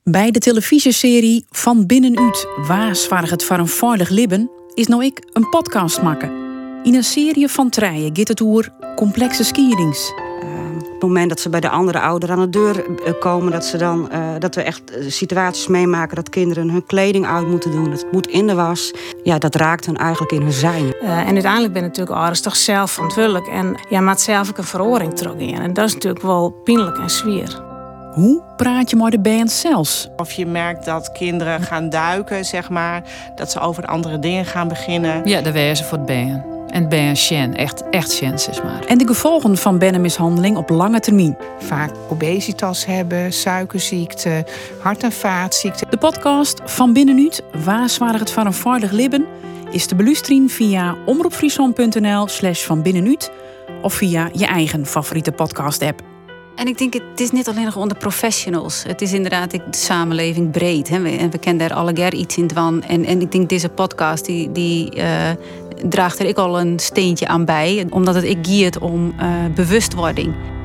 Bij de televisieserie Van Binnenuit, waar zwaar het voor een veilig libben, is nou ik een podcast maken. In een serie van treien gaat het over complexe skierings. Op het moment dat ze bij de andere ouder aan de deur komen, dat we echt situaties meemaken dat kinderen hun kleding uit moeten doen. Het moet in de was. Ja, dat raakt hen eigenlijk in hun zijn. En uiteindelijk ben ik natuurlijk ouders toch zelf verantwoordelijk. En ja, maakt zelf ook een veroring terug in. En dat is natuurlijk wel pijnlijk en zwier. Hoe praat je met de band zelfs? Of je merkt dat kinderen gaan duiken, zeg maar. Dat ze over andere dingen gaan beginnen. Ja, daar waren ze voor het band. En het band Shen, echt Shen, zeg maar. En de gevolgen van bannenmishandeling op lange termijn. Vaak obesitas hebben, suikerziekte, hart- en vaatziekten. De podcast Van Binnenuit, waar zwaar het voor een veilig libben, is te beluisteren via omroepfriesland.nl/vanbinnenuit of via je eigen favoriete podcast-app. En ik denk, het is niet alleen nog onder professionals. Het is inderdaad de samenleving breed. Hè? En we kennen daar allegaar iets in van. En ik denk, deze podcast die draagt er ik al een steentje aan bij. Omdat het ik gaat om bewustwording.